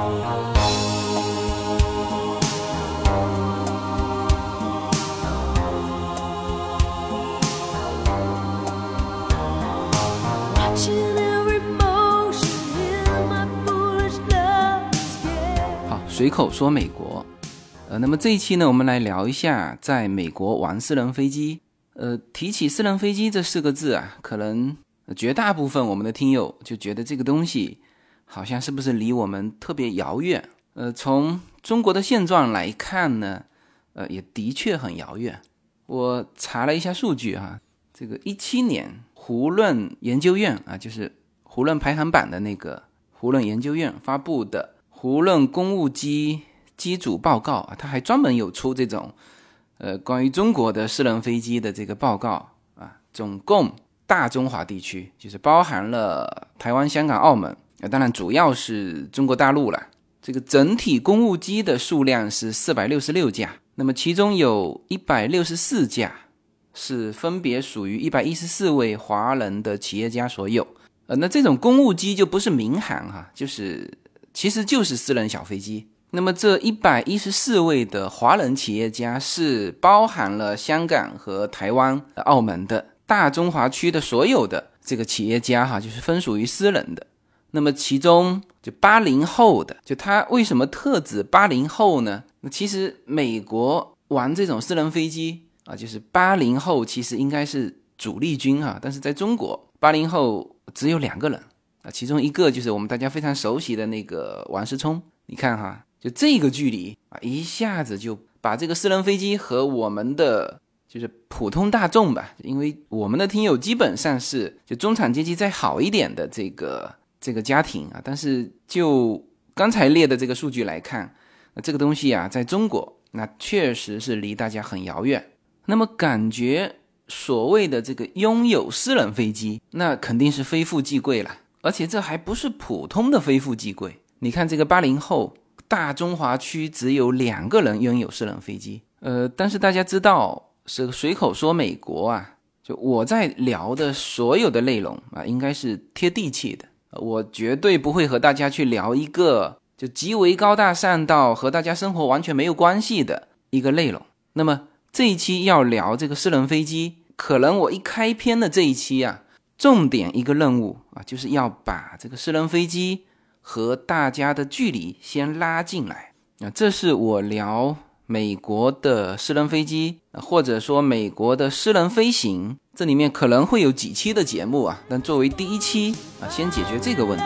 随口说美国，那么这一期呢，我们来聊一下在美国玩私人飞机。提起私人飞机这4个字啊，可能绝大部分我们的听友就觉得这个东西好像是不是离我们特别遥远？从中国的现状来看呢，也的确很遥远。我查了一下数据啊，这个17年胡润研究院啊，就是胡润排行榜的那个胡润研究院发布的胡润公务机组报告啊，他还专门有出这种关于中国的私人飞机的这个报告啊，总共大中华地区就是包含了台湾、香港、澳门，当然主要是中国大陆了。这个整体公务机的数量是466架，那么其中有164架是分别属于114位华人的企业家所有。那这种公务机就不是民航哈，其实就是私人小飞机。那么这114位的华人企业家是包含了香港和台湾、澳门的大中华区的所有的这个企业家哈，就是分属于私人的。那么其中就80后的，就他为什么特指80后呢？其实美国玩这种私人飞机啊，就是80后其实应该是主力军哈，但是在中国80后只有2个人啊，其中一个就是我们大家非常熟悉的那个王思聪。你看哈，就这个距离啊，一下子就把这个私人飞机和我们的就是普通大众吧，因为我们的听友基本上是就中产阶级再好一点的这个家庭啊，但是就刚才列的这个数据来看，这个东西啊，在中国那确实是离大家很遥远。那么感觉所谓的这个拥有私人飞机，那肯定是非富即贵了，而且这还不是普通的非富即贵。你看这个80后大中华区只有2个人拥有私人飞机，但是大家知道是随口说美国啊，就我在聊的所有的内容啊，应该是贴地气的，我绝对不会和大家去聊一个就极为高大上到和大家生活完全没有关系的一个内容。那么这一期要聊这个私人飞机，可能我一开篇的这一期啊，重点一个任务啊，就是要把这个私人飞机和大家的距离先拉进来啊，这是我聊美国的私人飞机或者说美国的私人飞行，这里面可能会有几期的节目啊，但作为第一期啊，先解决这个问题。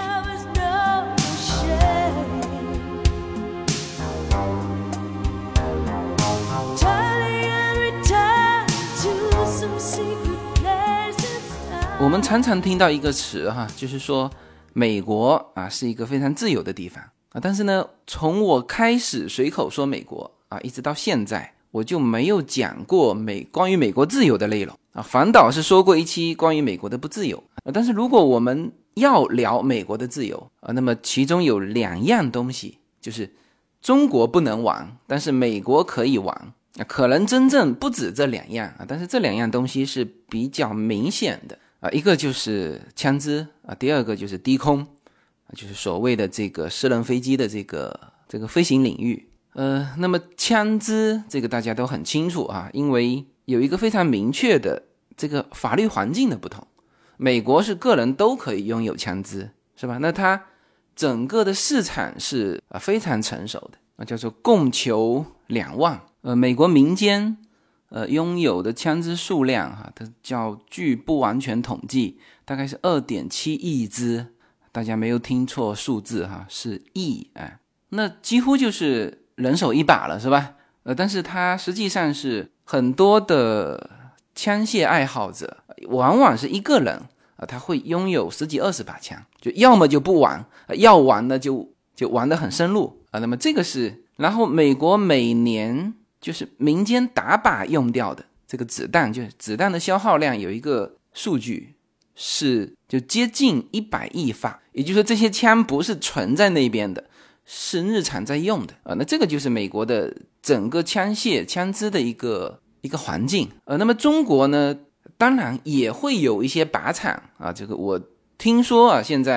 我们常常听到一个词哈，就是说美国啊是一个非常自由的地方啊，但是呢，从我开始随口说美国啊，一直到现在，我就没有讲过关于美国自由的内容啊。反倒是说过一期关于美国的不自由啊。但是如果我们要聊美国的自由啊，那么其中有2样东西，就是中国不能玩，但是美国可以玩啊。可能真正不止这2样啊，但是这2样东西是比较明显的。一个就是枪支啊，第二个就是低空，就是所谓的这个私人飞机的这个飞行领域。那么枪支这个大家都很清楚啊，因为有一个非常明确的这个法律环境的不同。美国是个人都可以拥有枪支，是吧？那它整个的市场是非常成熟的，叫做供求两旺。美国民间拥有的枪支数量它叫据不完全统计大概是 2.7 亿支，大家没有听错数字是亿那几乎就是人手一把了，是吧？但是它实际上是很多的枪械爱好者往往是一个人他会拥有10几20把枪，就要么就不玩，要玩呢就玩得很深入那么这个是，然后美国每年就是民间打靶用掉的这个子弹，就是子弹的消耗量有一个数据是就接近100亿发，也就是说这些枪不是存在那边的，是日常在用的那这个就是美国的整个枪械枪支的一个环境那么中国呢，当然也会有一些靶场这个我听说现在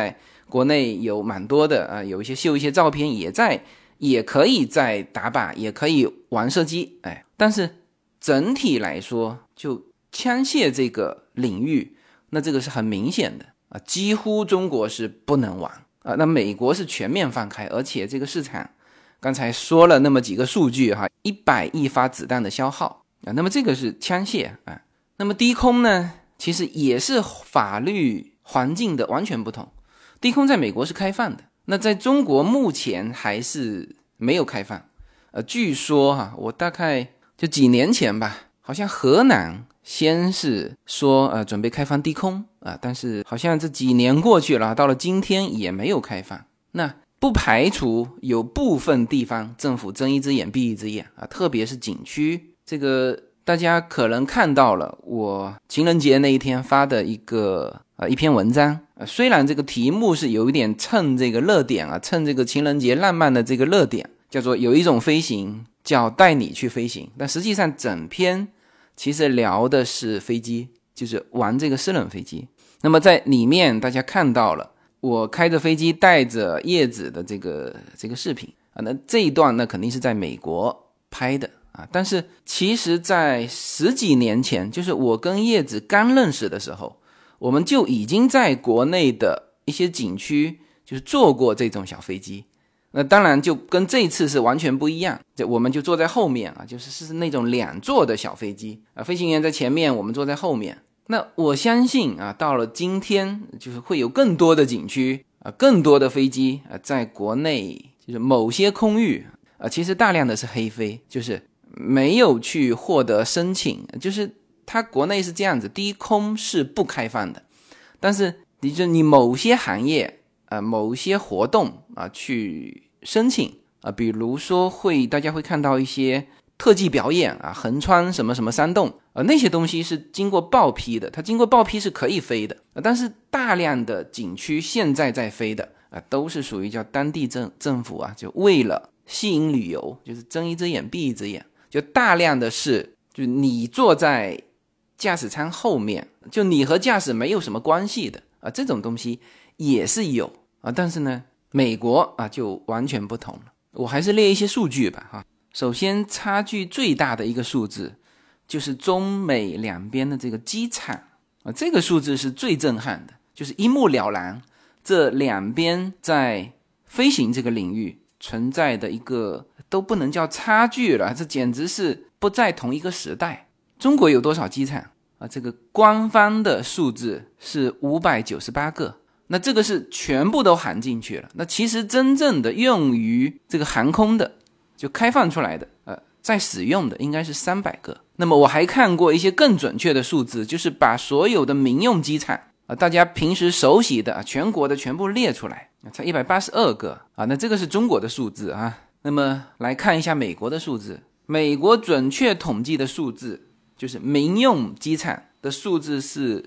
国内有蛮多的有一些秀一些照片，也可以在打靶，也可以玩射击，但是整体来说，就枪械这个领域，那这个是很明显的几乎中国是不能玩那美国是全面放开，而且这个市场刚才说了那么几个数据100亿发子弹的消耗那么这个是枪械那么低空呢，其实也是法律环境的完全不同。低空在美国是开放的，那在中国目前还是没有开放据说我大概就几年前吧，好像河南先是说准备开放低空但是好像这几年过去了，到了今天也没有开放。那不排除有部分地方政府睁一只眼闭一只眼特别是景区，这个大家可能看到了我情人节那一天发的一篇文章虽然这个题目是有一点蹭这个热点蹭这个情人节浪漫的这个热点，叫做有一种飞行叫带你去飞行，但实际上整篇其实聊的是飞机，就是玩这个私人飞机。那么在里面大家看到了我开着飞机带着叶子的这个视频那这一段呢肯定是在美国拍的但是其实在10几年前，就是我跟叶子刚认识的时候，我们就已经在国内的一些景区就是坐过这种小飞机。那当然就跟这一次是完全不一样，我们就坐在后面就是那种2座的小飞机飞行员在前面，我们坐在后面。那我相信到了今天就是会有更多的景区更多的飞机在国内就是某些空域其实大量的是黑飞，就是没有去获得申请，就是它国内是这样子，低空是不开放的，但是你某些行业某些活动去申请比如说大家会看到一些特技表演横穿什么什么山洞那些东西是经过报批的，它经过报批是可以飞的但是大量的景区现在在飞的都是属于叫当地政府就为了吸引旅游，就是睁一只眼闭一只眼，就大量的是就你坐在驾驶舱后面，就你和驾驶没有什么关系的这种东西也是有但是呢美国就完全不同了。我还是列一些数据吧首先差距最大的一个数字就是中美两边的这个机场这个数字是最震撼的，就是一目了然这两边在飞行这个领域存在的一个都不能叫差距了，这简直是不在同一个时代。中国有多少机场这个官方的数字是598个，那这个是全部都含进去了。那其实真正的用于这个航空的就开放出来的在使用的应该是300个。那么我还看过一些更准确的数字，就是把所有的民用机场大家平时熟悉的全国的全部列出来才182个那这个是中国的数字那么来看一下美国的数字，美国准确统计的数字就是民用机场的数字是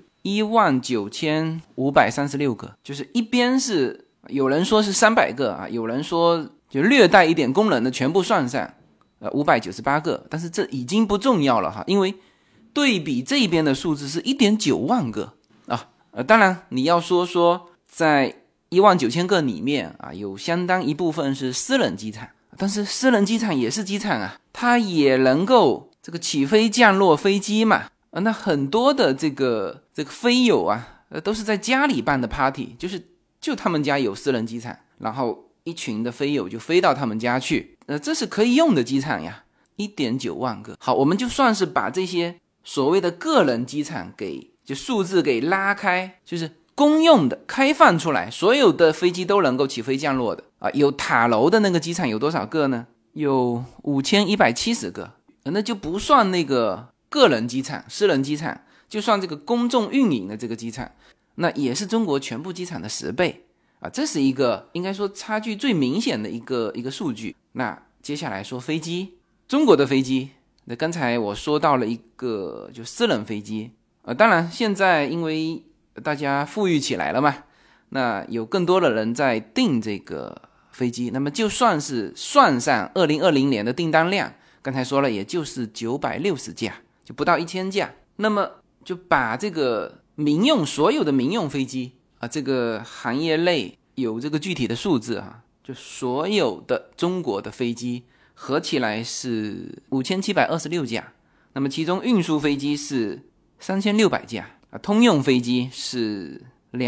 19536个，就是一边是有人说是300个有人说就略带一点功能的全部算上598个，但是这已经不重要了因为对比这边的数字是 1.9 万个当然你要说在19000个里面有相当一部分是私人机场，但是私人机场也是机场它也能够这个起飞降落飞机嘛那很多的这个飞友都是在家里办的 party， 就他们家有私人机场，然后一群的飞友就飞到他们家去这是可以用的机场呀 1.9 万个。好，我们就算是把这些所谓的个人机场就数字给拉开，就是公用的开放出来，所有的飞机都能够起飞降落的有塔楼的那个机场有多少个呢？有5170个那就不算那个个人机场私人机场，就算这个公众运营的这个机场，那也是中国全部机场的10倍这是一个应该说差距最明显的一个数据。那接下来说飞机，中国的飞机，那刚才我说到了一个就私人飞机当然现在因为大家富裕起来了嘛，那有更多的人在订这个飞机，那么就算是算上2020年的订单量，刚才说了也就是960架，就不到1000架，那么就把这个所有的民用飞机这个行业内有这个具体的数字啊，就所有的中国的飞机合起来是5726架，那么其中运输飞机是3600架通用飞机是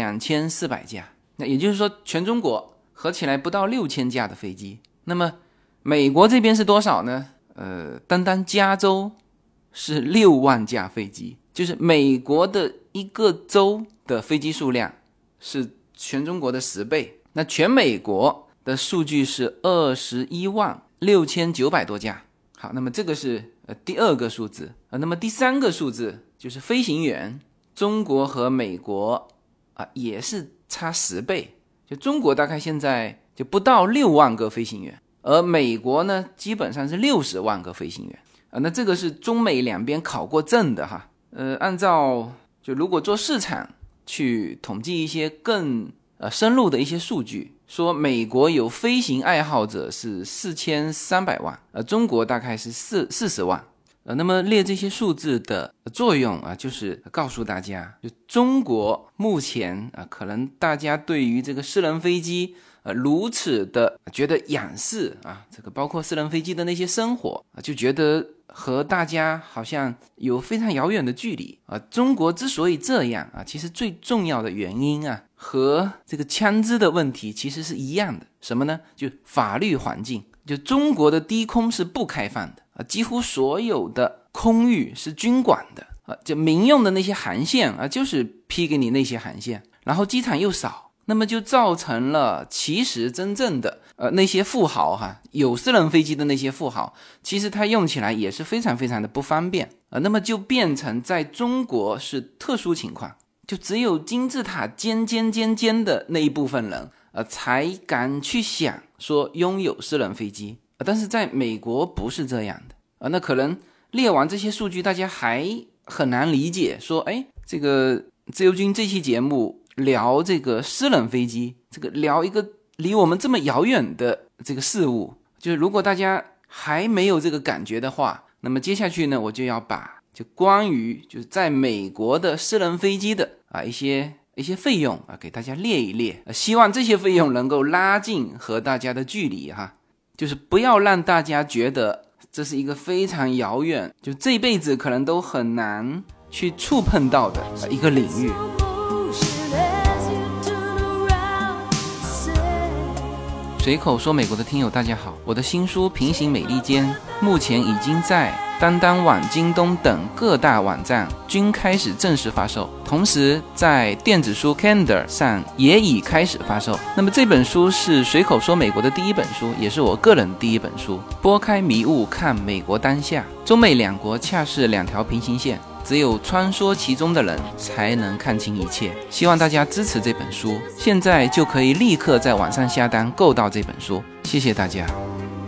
2400架，那也就是说全中国合起来不到6000架的飞机。那么美国这边是多少呢？单单加州是6万架飞机，就是美国的一个州的飞机数量是全中国的10倍。那全美国的数据是21万6900多架。好，那么这个是第二个数字那么第三个数字就是飞行员，中国和美国也是差10倍，就中国大概现在就不到6万个飞行员，而美国呢基本上是60万个飞行员那这个是中美两边考过证的哈。按照就如果做市场去统计一些更深入的一些数据，说美国有飞行爱好者是4300万中国大概是40万那么列这些数字的作用就是告诉大家，就中国目前可能大家对于这个私人飞机如此的觉得仰视这个包括私人飞机的那些生活就觉得和大家好像有非常遥远的距离中国之所以这样其实最重要的原因和这个枪支的问题其实是一样的。什么呢？就法律环境，就中国的低空是不开放的几乎所有的空域是军管的就民用的那些航线就是批给你那些航线，然后机场又少，那么就造成了其实真正的那些富豪有私人飞机的那些富豪，其实他用起来也是非常非常的不方便那么就变成在中国是特殊情况，就只有金字塔尖的那一部分人才敢去想说拥有私人飞机但是在美国不是这样的那可能列完这些数据大家还很难理解说这个自由军这期节目聊这个私人飞机，这个聊一个离我们这么遥远的这个事物，就是如果大家还没有这个感觉的话，那么接下去呢我就要把就关于就是在美国的私人飞机的一些费用给大家列一列希望这些费用能够拉近和大家的距离就是不要让大家觉得这是一个非常遥远，就这辈子可能都很难去触碰到的一个领域。随口说美国的听友大家好，我的新书《平行美利坚》目前已经在当当网、京东等各大网站均开始正式发售，同时在电子书 Kindle 上也已开始发售。那么这本书是随口说美国的第一本书，也是我个人第一本书。拨开迷雾看美国当下，中美两国恰是两条平行线，只有穿梭其中的人才能看清一切。希望大家支持这本书，现在就可以立刻在网上下单购到这本书，谢谢大家。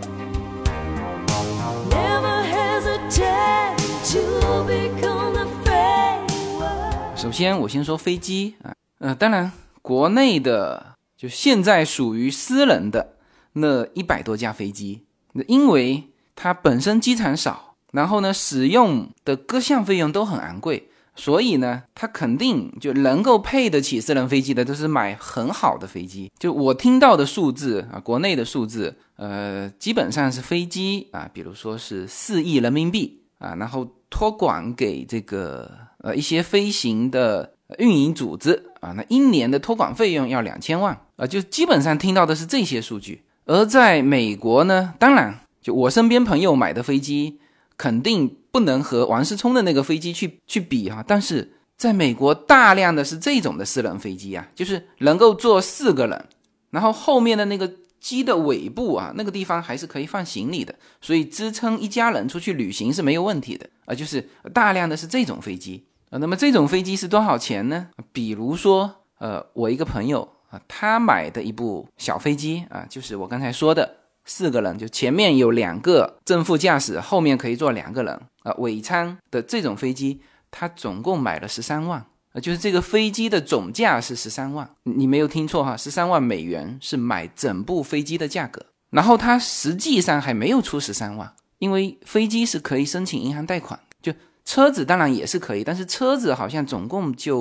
首先我先说飞机当然国内的就现在属于私人的那100多架飞机，因为它本身机场少，然后呢使用的各项费用都很昂贵，所以呢它肯定就能够配得起私人飞机的都是买很好的飞机。就我听到的数字国内的数字基本上是飞机比如说是4亿人民币然后托管给这个一些飞行的运营组织那一年的托管费用要2000万就基本上听到的是这些数据。而在美国呢，当然就我身边朋友买的飞机肯定不能和王思聪的那个飞机去比但是在美国大量的是这种的私人飞机就是能够坐4个人，然后后面的那个机的尾部那个地方还是可以放行李的，所以支撑一家人出去旅行是没有问题的就是大量的是这种飞机那么这种飞机是多少钱呢？比如说我一个朋友他买的一部小飞机就是我刚才说的4个人，就前面有2个正副驾驶，后面可以坐2个人尾舱的这种飞机，他总共买了13万就是这个飞机的总价是13万，你没有听错13万美元是买整部飞机的价格。然后他实际上还没有出13万，因为飞机是可以申请银行贷款，就车子当然也是可以，但是车子好像总共就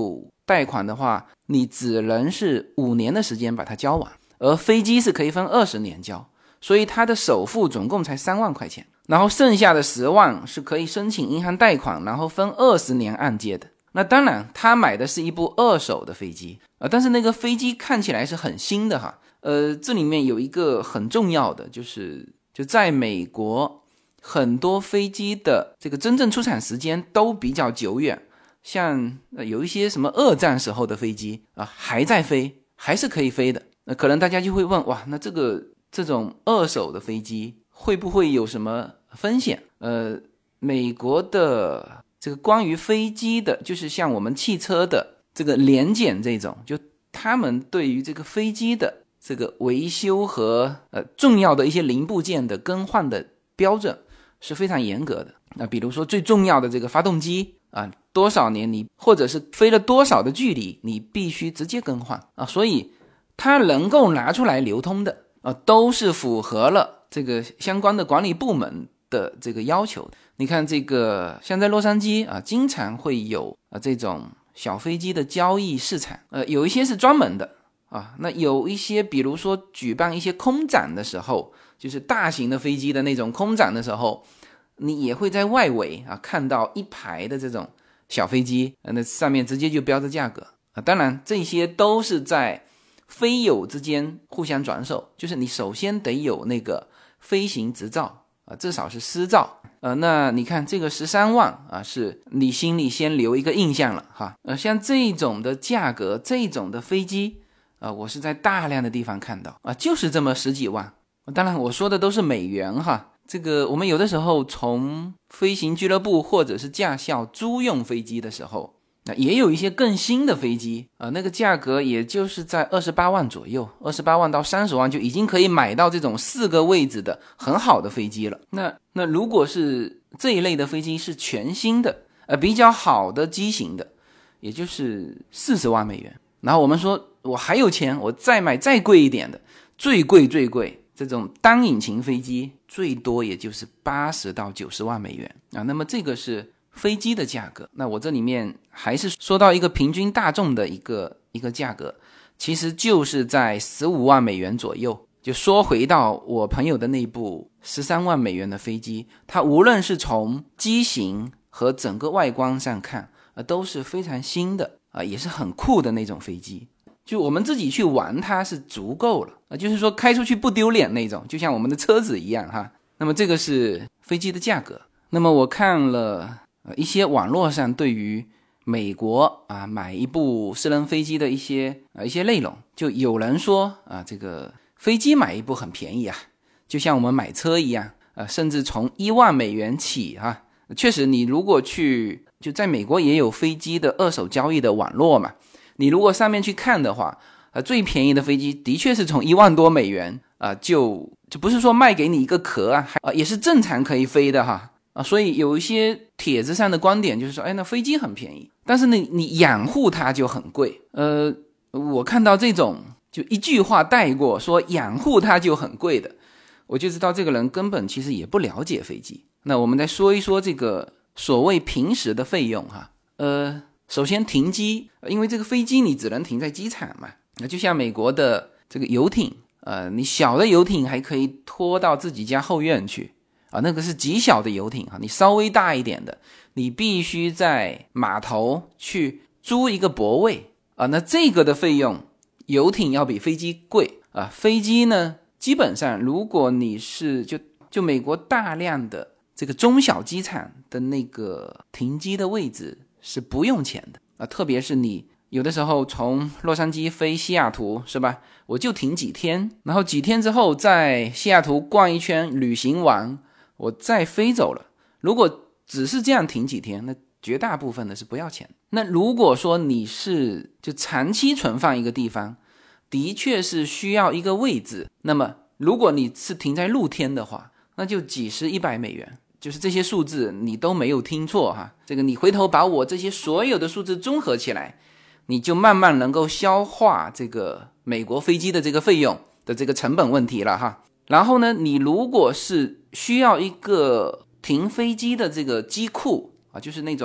贷款的话，你只能是5年的时间把它交完，而飞机是可以分20年交，所以它的首付总共才3万块钱，然后剩下的10万是可以申请银行贷款，然后分20年按揭的。那当然他买的是一部二手的飞机但是那个飞机看起来是很新的哈。这里面有一个很重要的，就在美国很多飞机的这个真正出产时间都比较久远，像有一些什么2战时候的飞机还在飞，还是可以飞的。可能大家就会问，哇，那这种二手的飞机会不会有什么风险？美国的这个关于飞机的，就是像我们汽车的这个联检这种，就他们对于这个飞机的这个维修和重要的一些零部件的更换的标准是非常严格的。比如说最重要的这个发动机多少年你或者是飞了多少的距离，你必须直接更换所以它能够拿出来流通的都是符合了这个相关的管理部门的这个要求。你看这个像在洛杉矶经常会有这种小飞机的交易市场，有一些是专门的那有一些比如说举办一些空展的时候，就是大型的飞机的那种空展的时候，你也会在外围看到一排的这种小飞机，那上面直接就标着价格当然这些都是在飞友之间互相转手，就是你首先得有那个飞行执照至少是私照那你看这个13万是你心里先留一个印象了哈像这种的价格，这种的飞机我是在大量的地方看到就是这么10几万。当然我说的都是美元哈，这个我们有的时候从飞行俱乐部或者是驾校租用飞机的时候也有一些更新的飞机那个价格也就是在28万左右，28万到30万就已经可以买到这种4个位置的很好的飞机了。那如果是这一类的飞机是全新的比较好的机型的，也就是40万美元。然后我们说我还有钱，我再买再贵一点的，最贵这种单引擎飞机最多也就是80到90万美元那么这个是飞机的价格。那我这里面还是说到一个平均大众的一个价格，其实就是在15万美元左右。就说回到我朋友的那部13万美元的飞机，它无论是从机型和整个外观上看都是非常新的也是很酷的那种飞机，就我们自己去玩它是足够了就是说开出去不丢脸那种，就像我们的车子一样哈。那么这个是飞机的价格。那么我看了一些网络上对于美国买一部私人飞机的一些内容，就有人说这个飞机买一部很便宜就像我们买车一样甚至从1万美元起确实你如果去就在美国也有飞机的二手交易的网络嘛，你如果上面去看的话最便宜的飞机的确是从1万多美元就不是说卖给你一个壳也是正常可以飞的哈所以有一些帖子上的观点就是说那飞机很便宜，但是你养护它就很贵我看到这种就一句话带过说养护它就很贵的，我就知道这个人根本其实也不了解飞机。那我们再说一说这个所谓平时的费用首先停机因为这个飞机你只能停在机场嘛，那就像美国的这个游艇你小的游艇还可以拖到自己家后院去那个是极小的游艇你稍微大一点的你必须在码头去租一个泊位那这个的费用游艇要比飞机贵飞机呢基本上如果你是就美国大量的这个中小机场的那个停机的位置是不用钱的特别是你有的时候从洛杉矶飞西雅图是吧，我就停几天，然后几天之后在西雅图逛一圈旅行完我再飞走了。如果只是这样停几天，那绝大部分的是不要钱。那如果说你是就长期存放一个地方，的确是需要一个位置，那么如果你是停在露天的话，那就几十100美元，就是这些数字你都没有听错这个你回头把我这些所有的数字综合起来，你就慢慢能够消化这个美国飞机的这个费用的这个成本问题了然后呢，你如果是需要一个停飞机的这个机库就是那种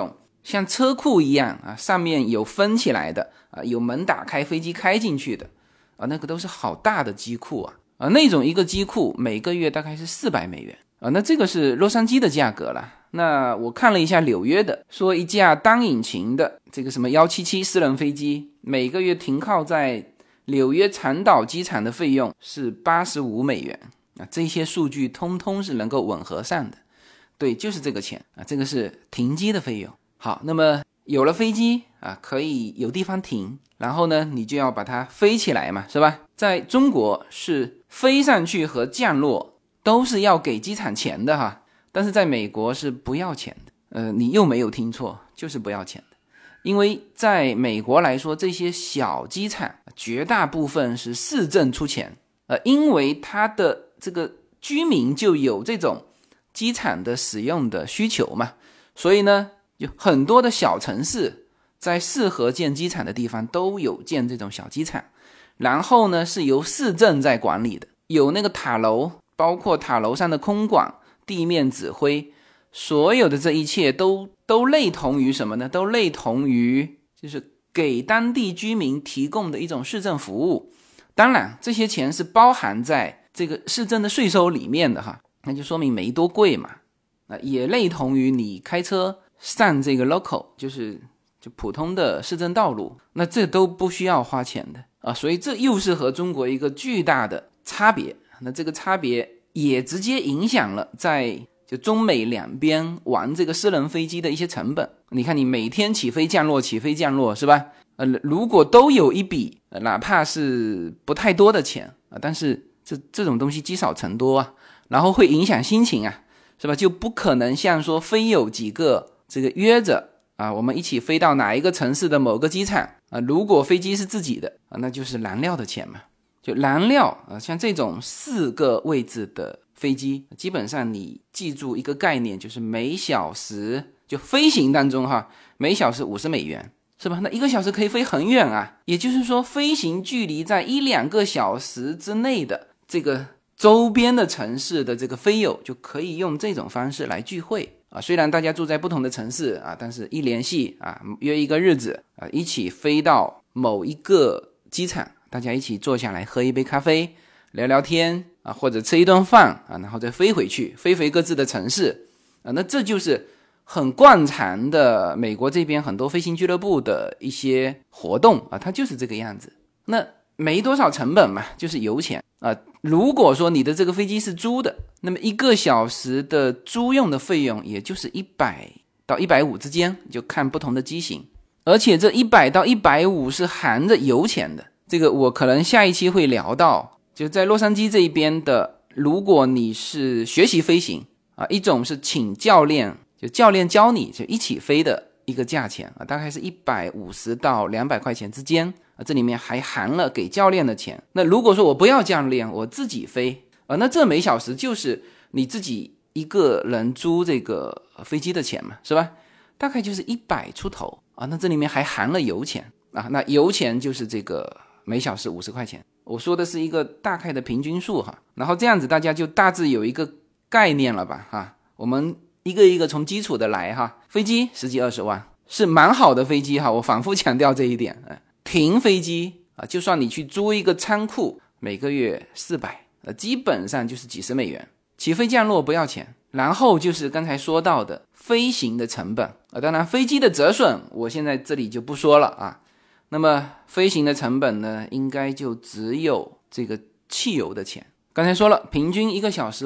像车库一样啊，上面有分起来的啊，有门打开飞机开进去的啊，那个都是好大的机库啊，那种一个机库每个月大概是$400啊，那这个是洛杉矶的价格了。那我看了一下纽约的，说一架单引擎的这个什么177私人飞机，每个月停靠在纽约长岛机场的费用是$85啊，这些数据通通是能够吻合上的。对，就是这个钱啊，这个是停机的费用。好，那么有了飞机啊，可以有地方停，然后呢，你就要把它飞起来嘛，是吧？在中国是飞上去和降落都是要给机场钱的哈，但是在美国是不要钱的。你又没有听错，就是不要钱的。因为在美国来说，这些小机场绝大部分是市政出钱，因为它的这个居民就有这种机场的使用的需求嘛，所以呢，有很多的小城市在适合建机场的地方都有建这种小机场，然后呢是由市政在管理的，有那个塔楼，包括塔楼上的空管、地面指挥，所有的这一切都类同于什么呢？都类同于就是给当地居民提供的一种市政服务。当然这些钱是包含在这个市政的税收里面的哈，那就说明没多贵嘛。也类同于你开车上这个 local， 就普通的市政道路，那这都不需要花钱的啊。所以这又是和中国一个巨大的差别。那这个差别也直接影响了在就中美两边玩这个私人飞机的一些成本。你看你每天起飞降落是吧？如果都有一笔哪怕是不太多的钱啊，但是这种东西积少成多啊，然后会影响心情啊，是吧？就不可能像说非有几个这个约着啊，我们一起飞到哪一个城市的某个机场啊，如果飞机是自己的啊，那就是燃料的钱嘛。就燃料啊，像这种4个位置的飞机，基本上你记住一个概念，就是每小时就飞行当中哈，每小时$50，是吧？那1个小时可以飞很远啊，也就是说飞行距离在1-2个小时之内的这个周边的城市的这个飞友就可以用这种方式来聚会啊。虽然大家住在不同的城市啊，但是一联系啊，约一个日子啊，一起飞到某一个机场，大家一起坐下来喝一杯咖啡，聊聊天啊，或者吃一顿饭啊，然后再飞回去，飞回各自的城市啊。那这就是很惯常的美国这边很多飞行俱乐部的一些活动啊，它就是这个样子。那没多少成本嘛，就是油钱啊。如果说你的这个飞机是租的，那么1个小时的租用的费用也就是100到150之间，就看不同的机型。而且这100到150是含着油钱的，这个我可能下一期会聊到，就在洛杉矶这一边的，如果你是学习飞行啊，一种是请教练，就教练教你就一起飞的一个价钱啊，大概是150到200块钱之间啊，这里面还含了给教练的钱。那如果说我不要教练，我自己飞啊，那这每小时就是你自己一个人租这个飞机的钱嘛，是吧？大概就是100出头啊，那这里面还含了油钱啊，那油钱就是这个每小时50块钱。我说的是一个大概的平均数哈，然后这样子大家就大致有一个概念了吧哈。我们一个一个从基础的来哈，飞机10几20万是蛮好的飞机哈，我反复强调这一点。停飞机啊，就算你去租一个仓库，每个月400，基本上就是几十美元。起飞降落不要钱，然后就是刚才说到的飞行的成本当然飞机的折损我现在这里就不说了啊。那么飞行的成本呢，应该就只有这个汽油的钱。刚才说了，平均1个小时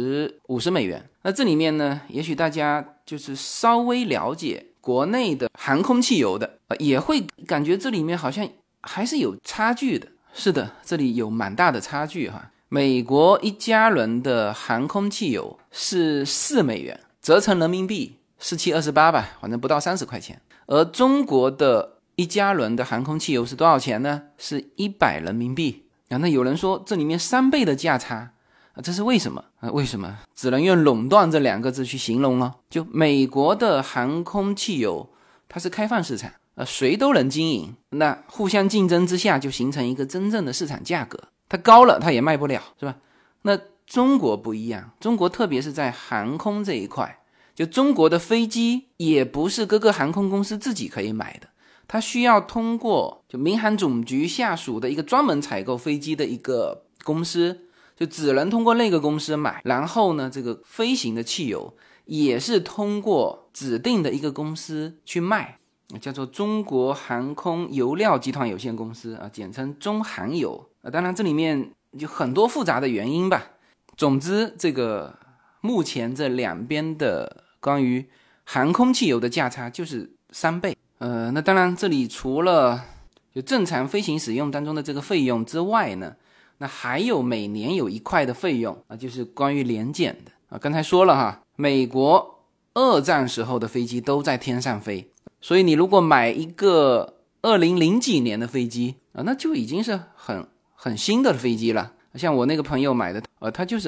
50美元。那这里面呢，也许大家就是稍微了解国内的航空汽油的也会感觉这里面好像还是有差距的。是的，这里有蛮大的差距哈。美国1加仑的航空汽油是4美元，折成人民币17、28吧，反正不到30块钱。而中国的1加仑的航空汽油是多少钱呢？是100人民币啊。那有人说这里面3倍的价差啊，这是为什么啊？为什么？只能用垄断这2个字去形容了。就美国的航空汽油它是开放市场谁都能经营，那互相竞争之下就形成一个真正的市场价格，它高了它也卖不了，是吧？那中国不一样，中国特别是在航空这一块， 就中国的飞机也不是各个航空公司自己可以买的，它需要通过就民航总局下属的一个专门采购飞机的一个公司，就只能通过那个公司买。然后呢，这个飞行的汽油也是通过指定的一个公司去卖，叫做中国航空油料集团有限公司啊，简称中航油。当然这里面就很多复杂的原因吧。总之，这个目前这两边的关于航空汽油的价差就是3倍。那当然这里除了就正常飞行使用当中的这个费用之外呢，那还有每年有一块的费用啊，就是关于联检的啊。刚才说了哈，美国2战时候的飞机都在天上飞，所以你如果买一个2000几年的飞机啊，那就已经是很新的飞机了。像我那个朋友买的他就是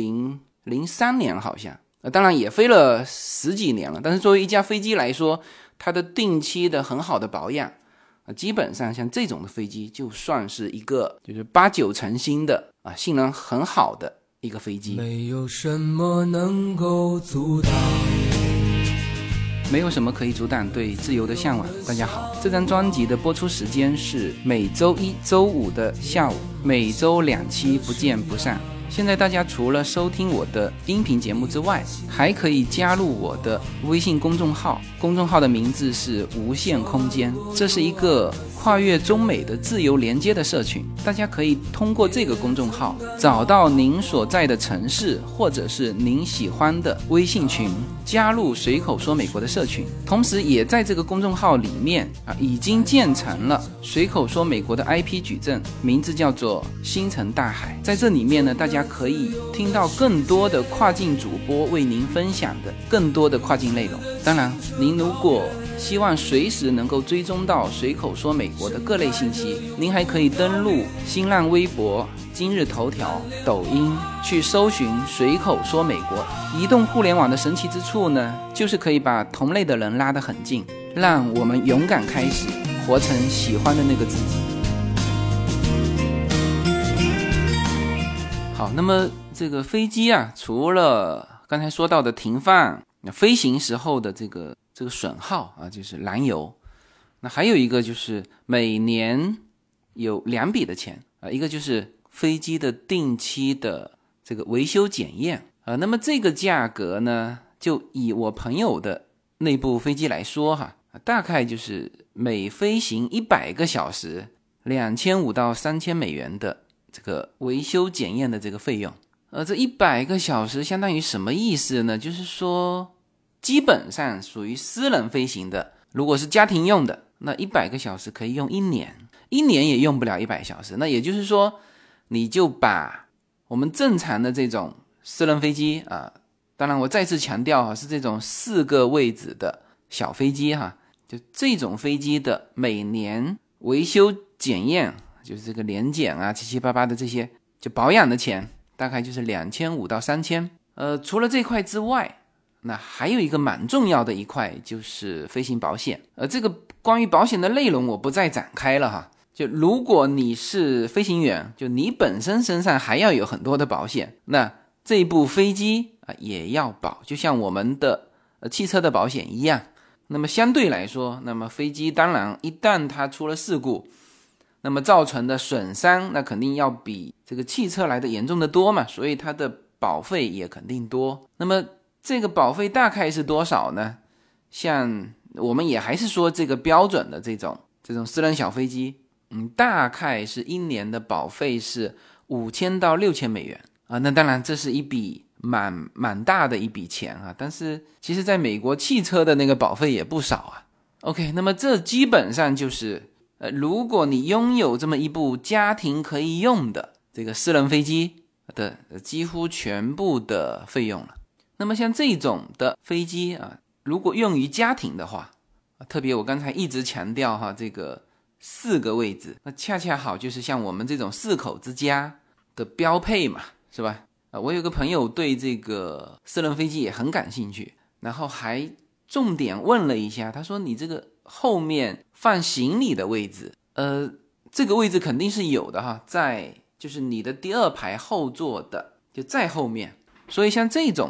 2003年好像，当然也飞了10几年了，但是作为一架飞机来说，它的定期的很好的保养基本上像这种的飞机就算是一个就是8、9成新的性能很好的一个飞机。 没有什么能够阻挡， 没有什么可以阻挡对自由的向往。大家好，这张专辑的播出时间是每周一、周五的下午，每周2期，不见不散。现在大家除了收听我的音频节目之外，还可以加入我的微信公众号，公众号的名字是无限空间，这是一个跨越中美的自由连接的社群。大家可以通过这个公众号找到您所在的城市或者是您喜欢的微信群，加入随口说美国的社群。同时也在这个公众号里面已经建成了随口说美国的 IP 矩阵，名字叫做星辰大海。在这里面呢，大家可以听到更多的跨境主播为您分享的更多的跨境内容。当然您如果希望随时能够追踪到随口说美国的各类信息，您还可以登录新浪微博、今日头条、抖音去搜寻随口说美国。移动互联网的神奇之处呢，就是可以把同类的人拉得很近，让我们勇敢开始，活成喜欢的那个自己。好，那么这个飞机除了刚才说到的停放、飞行时候的这个损耗就是燃油，那还有一个就是每年有2笔的钱一个就是飞机的定期的这个维修检验那么这个价格呢，就以我朋友的那部飞机来说大概就是每飞行100个小时2500到3000美元的这个维修检验的这个费用。这100个小时相当于什么意思呢？就是说基本上属于私人飞行的，如果是家庭用的，那100个小时可以用1年，1年也用不了100小时。那也就是说，你就把我们正常的这种私人飞机当然我再次强调是这种4个位置的小飞机就这种飞机的每年维修检验，就是这个年检七七八八的这些就保养的钱，大概就是2500到3000。除了这块之外，那还有一个蛮重要的一块就是飞行保险。这个关于保险的内容我不再展开了就如果你是飞行员，就你本身身上还要有很多的保险，那这部飞机也要保，就像我们的汽车的保险一样。那么相对来说，那么飞机当然一旦它出了事故，那么造成的损伤那肯定要比这个汽车来的严重的多嘛，所以它的保费也肯定多。那么这个保费大概是多少呢？像我们也还是说这个标准的这种私人小飞机大概是1年的保费是5000到6000美元那当然这是一笔蛮大的一笔钱但是其实在美国汽车的那个保费也不少OK， 那么这基本上就是如果你拥有这么一部家庭可以用的这个私人飞机的几乎全部的费用了。那么像这种的飞机如果用于家庭的话，特别我刚才一直强调这个4个位置，那恰恰好就是像我们这种4口之家的标配嘛，是吧？我有个朋友对这个私人飞机也很感兴趣，然后还重点问了一下，他说你这个后面放行李的位置这个位置肯定是有的在就是你的第2排后座的就在后面，所以像这种的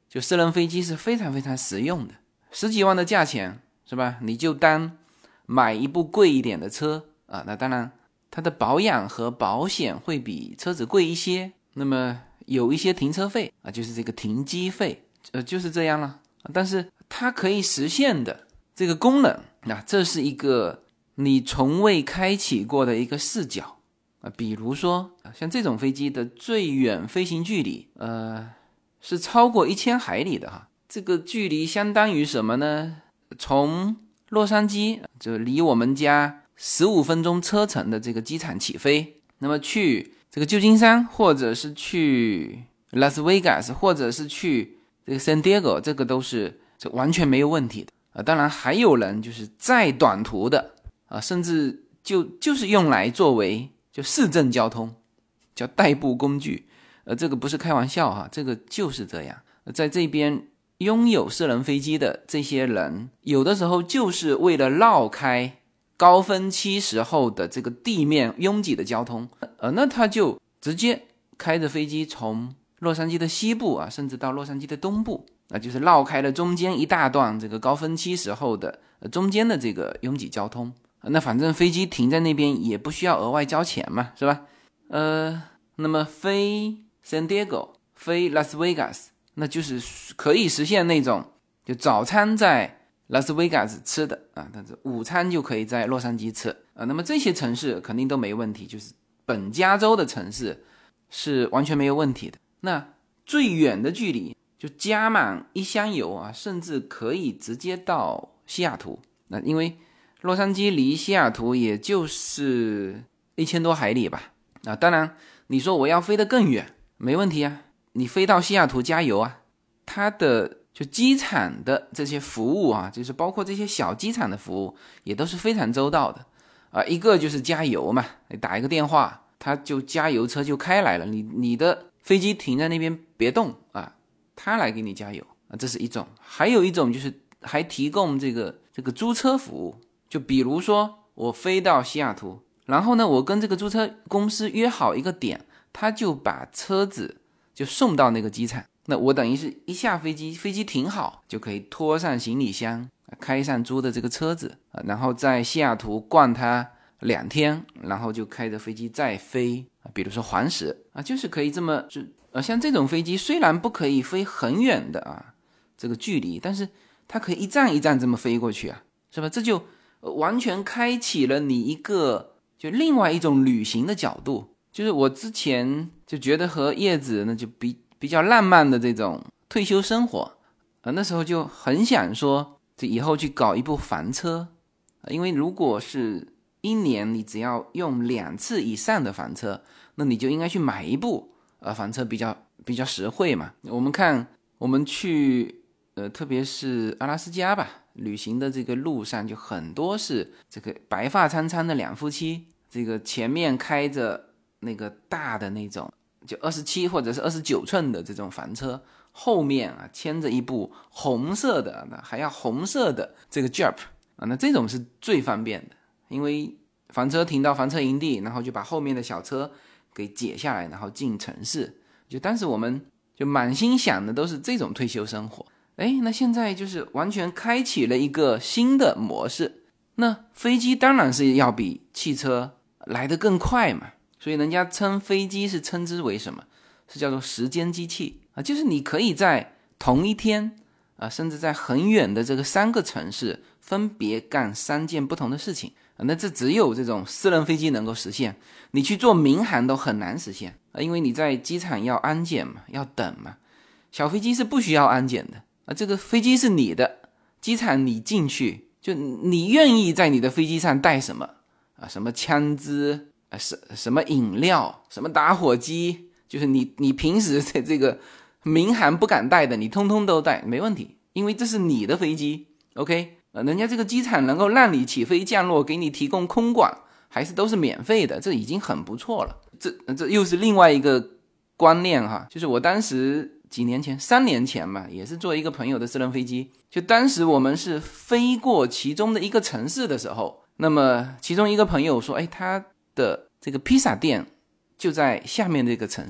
就私人飞机是非常非常实用的，10几万的价钱是吧？你就当买一部贵一点的车啊，那当然它的保养和保险会比车子贵一些，那么有一些停车费啊，就是这个停机费，就是这样了。但是它可以实现的这个功能，这是一个你从未开启过的一个视角啊。比如说像这种飞机的最远飞行距离，是超过1000海里的哈。这个距离相当于什么呢？从洛杉矶就离我们家15分钟车程的这个机场起飞，那么去这个旧金山，或者是去拉斯维加斯，或者是去这个 San Diego， 这个都是完全没有问题的当然还有人就是再短途的甚至就是用来作为就市政交通，叫代步工具这个不是开玩笑哈，这个就是这样。在这边拥有私人飞机的这些人，有的时候就是为了绕开高峰期时候的这个地面拥挤的交通，那他就直接开着飞机从洛杉矶的西部甚至到洛杉矶的东部，就是绕开了中间一大段这个高峰期时候的中间的这个拥挤交通。那反正飞机停在那边也不需要额外交钱嘛，是吧？那么飞 San Diego 飞拉斯维加斯，那就是可以实现那种就早餐在拉斯维加斯吃的但是午餐就可以在洛杉矶吃那么这些城市肯定都没问题，就是本加州的城市是完全没有问题的。那最远的距离就加满一箱油甚至可以直接到西雅图。那因为洛杉矶离西雅图也就是1000多海里吧当然你说我要飞得更远没问题你飞到西雅图加油它的就机场的这些服务就是包括这些小机场的服务也都是非常周到的一个就是加油嘛，你打一个电话它就加油车就开来了，你的飞机停在那边别动它来给你加油这是一种。还有一种就是还提供这个租车服务，就比如说我飞到西雅图，然后呢我跟这个租车公司约好一个点，他就把车子就送到那个机场，那我等于是一下飞机，飞机停好就可以拖上行李箱，开上租的这个车子然后在西雅图逛它2天，然后就开着飞机再飞比如说环石就是可以这么像这种飞机虽然不可以飞很远的这个距离，但是它可以一站一站这么飞过去是吧？这就完全开启了你一个就另外一种旅行的角度。就是我之前就觉得和叶子呢就比较浪漫的这种退休生活那时候就很想说就以后去搞一部房车因为如果是1年你只要用2次以上的房车，那你就应该去买一部房车比较实惠嘛。我们看我们去特别是阿拉斯加吧，旅行的这个路上就很多是这个白发苍苍的2夫妻，这个前面开着那个大的那种就27或者是29寸的这种房车，后面牵着一部红色的还要红色的这个 Jeep那这种是最方便的，因为房车停到房车营地，然后就把后面的小车给解下来，然后进城市。就当时我们就满心想的都是这种退休生活，那现在就是完全开启了一个新的模式。那飞机当然是要比汽车来得更快嘛，所以人家称飞机是称之为什么？是叫做时间机器就是你可以在同一天甚至在很远的这个3个城市分别干3件不同的事情那这只有这种私人飞机能够实现，你去做民航都很难实现因为你在机场要安检嘛，要等嘛。小飞机是不需要安检的这个飞机是你的，机场你进去就你愿意在你的飞机上带什么什么枪支什么饮料什么打火机，就是你平时在这个民航不敢带的你通通都带没问题，因为这是你的飞机 OK 人家这个机场能够让你起飞降落，给你提供空管还是都是免费的，这已经很不错了。这又是另外一个观念就是我当时几年前3年前吧，也是坐一个朋友的私人飞机，就当时我们是飞过其中的一个城市的时候，那么其中一个朋友说他的这个披萨店就在下面这个城市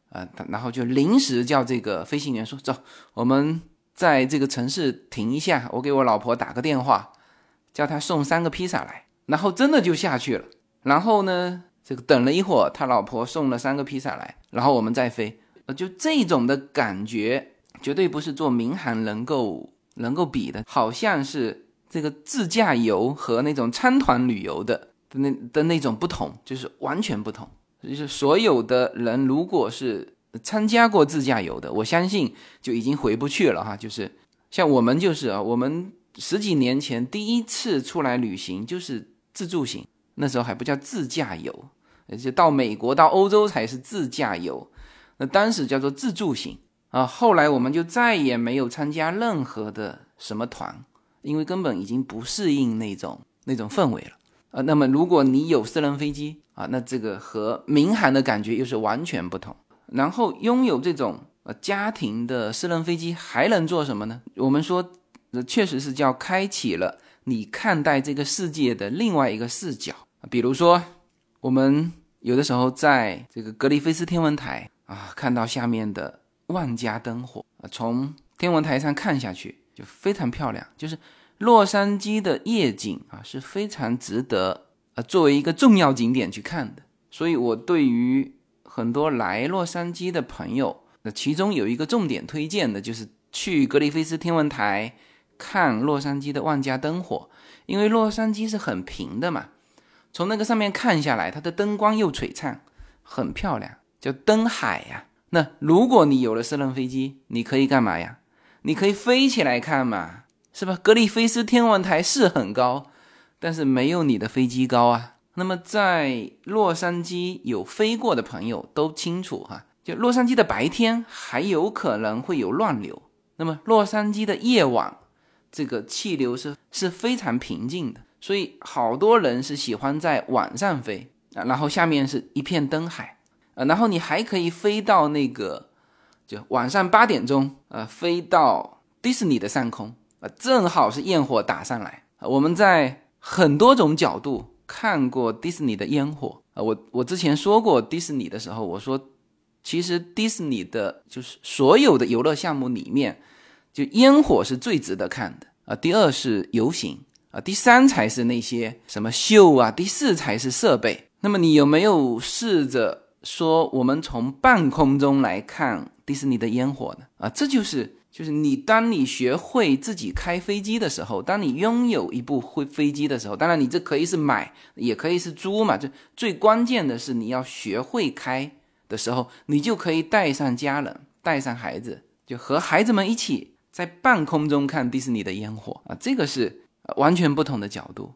然后就临时叫这个飞行员说，走，我们在这个城市停一下，我给我老婆打个电话，叫她送3个披萨来。然后真的就下去了。然后呢，这个等了一会儿，他老婆送了3个披萨来，然后我们再飞。就这种的感觉，绝对不是做民航能够比的，好像是这个自驾游和那种参团旅游的那种不同，就是完全不同。就是所有的人如果是参加过自驾游的，我相信就已经回不去了哈。就是像我们就是我们10几年前第一次出来旅行就是自助行，那时候还不叫自驾游，就到美国到欧洲才是自驾游，那当时叫做自助行后来我们就再也没有参加任何的什么团，因为根本已经不适应那种氛围了那么如果你有私人飞机那这个和民航的感觉又是完全不同。然后拥有这种家庭的私人飞机还能做什么呢？我们说确实是叫开启了你看待这个世界的另外一个视角。比如说我们有的时候在这个格里菲斯天文台看到下面的万家灯火从天文台上看下去就非常漂亮，就是洛杉矶的夜景是非常值得作为一个重要景点去看的。所以我对于很多来洛杉矶的朋友，其中有一个重点推荐的就是去格里菲斯天文台看洛杉矶的万家灯火。因为洛杉矶是很平的嘛，从那个上面看下来，它的灯光又璀璨，很漂亮，叫灯海呀。那如果你有了私人飞机，你可以干嘛呀？你可以飞起来看嘛，是吧？格里菲斯天文台是很高，但是没有你的飞机高啊。那么在洛杉矶有飞过的朋友都清楚就洛杉矶的白天还有可能会有乱流，那么洛杉矶的夜晚这个气流是非常平静的，所以好多人是喜欢在晚上飞然后下面是一片灯海然后你还可以飞到那个就晚上8点钟飞到迪士尼的上空正好是焰火打上来我们在很多种角度看过迪士尼的烟火我之前说过迪士尼的时候，我说其实迪士尼的就是所有的游乐项目里面，就烟火是最值得看的第2是游行第3才是那些什么秀第4才是设备。那么你有没有试着说我们从半空中来看迪士尼的烟火呢这就是当你学会自己开飞机的时候，当你拥有一部飞机的时候，当然你这可以是买也可以是租嘛，这最关键的是你要学会开的时候，你就可以带上家人带上孩子，就和孩子们一起在半空中看迪士尼的烟火这个是完全不同的角度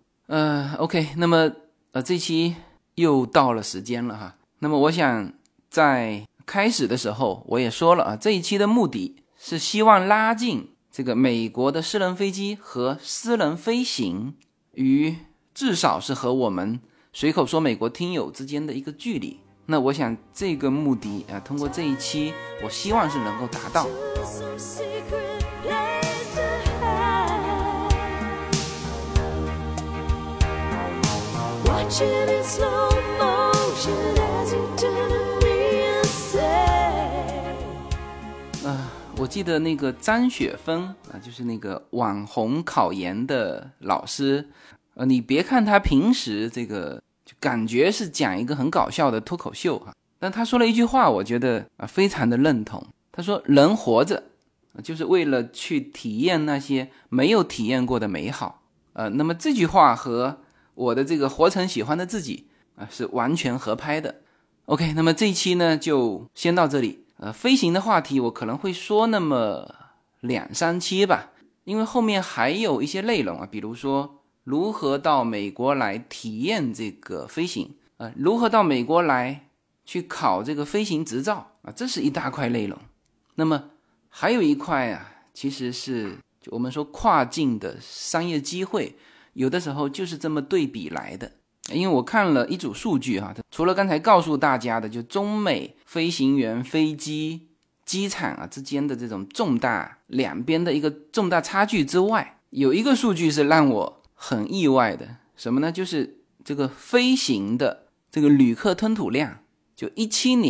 OK， 那么这期又到了时间了那么我想在开始的时候我也说了这一期的目的是希望拉近这个美国的私人飞机和私人飞行与至少是和我们随口说美国听友之间的一个距离。那我想这个目的通过这一期我希望是能够达到。我记得那个张雪峰就是那个网红考研的老师你别看他平时这个就感觉是讲一个很搞笑的脱口秀但他说了一句话我觉得非常的认同。他说人活着就是为了去体验那些没有体验过的美好那么这句话和我的这个活成喜欢的自己是完全合拍的。 OK， 那么这一期呢就先到这里飞行的话题我可能会说那么2-3期吧，因为后面还有一些内容比如说如何到美国来体验这个飞行如何到美国来去考这个飞行执照这是一大块内容。那么还有一块其实是就我们说跨境的商业机会，有的时候就是这么对比来的。因为我看了一组数据除了刚才告诉大家的就中美飞行员飞机机场之间的这种重大两边的一个重大差距之外，有一个数据是让我很意外的。什么呢？就是这个飞行的这个旅客吞吐量，就17年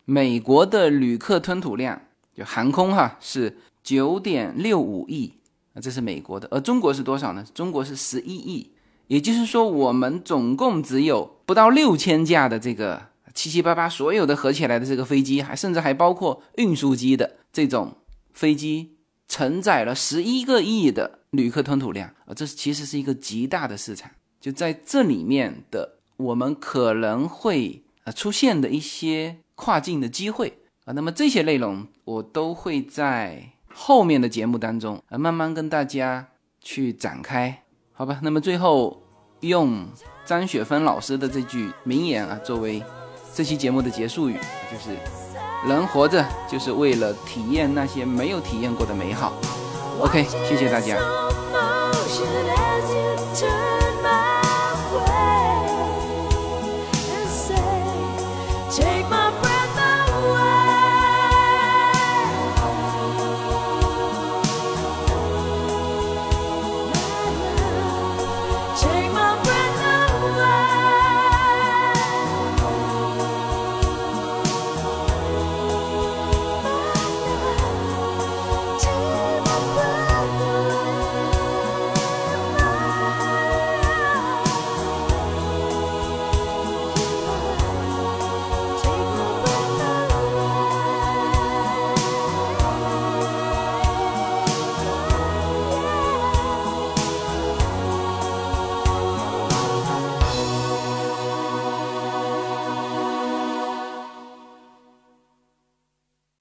美国的旅客吞吐量，就航空是 9.65 亿，这是美国的。而中国是多少呢？中国是11亿，也就是说我们总共只有不到6000架的这个七七八八所有的合起来的这个飞机，甚至还包括运输机的这种飞机，承载了11个亿的旅客吞吐量，这其实是一个极大的市场。就在这里面的我们可能会出现的一些跨境的机会那么这些内容我都会在后面的节目当中慢慢跟大家去展开，好吧？那么最后用张雪芬老师的这句名言作为这期节目的结束语，就是人活着就是为了体验那些没有体验过的美好。 OK， 谢谢大家。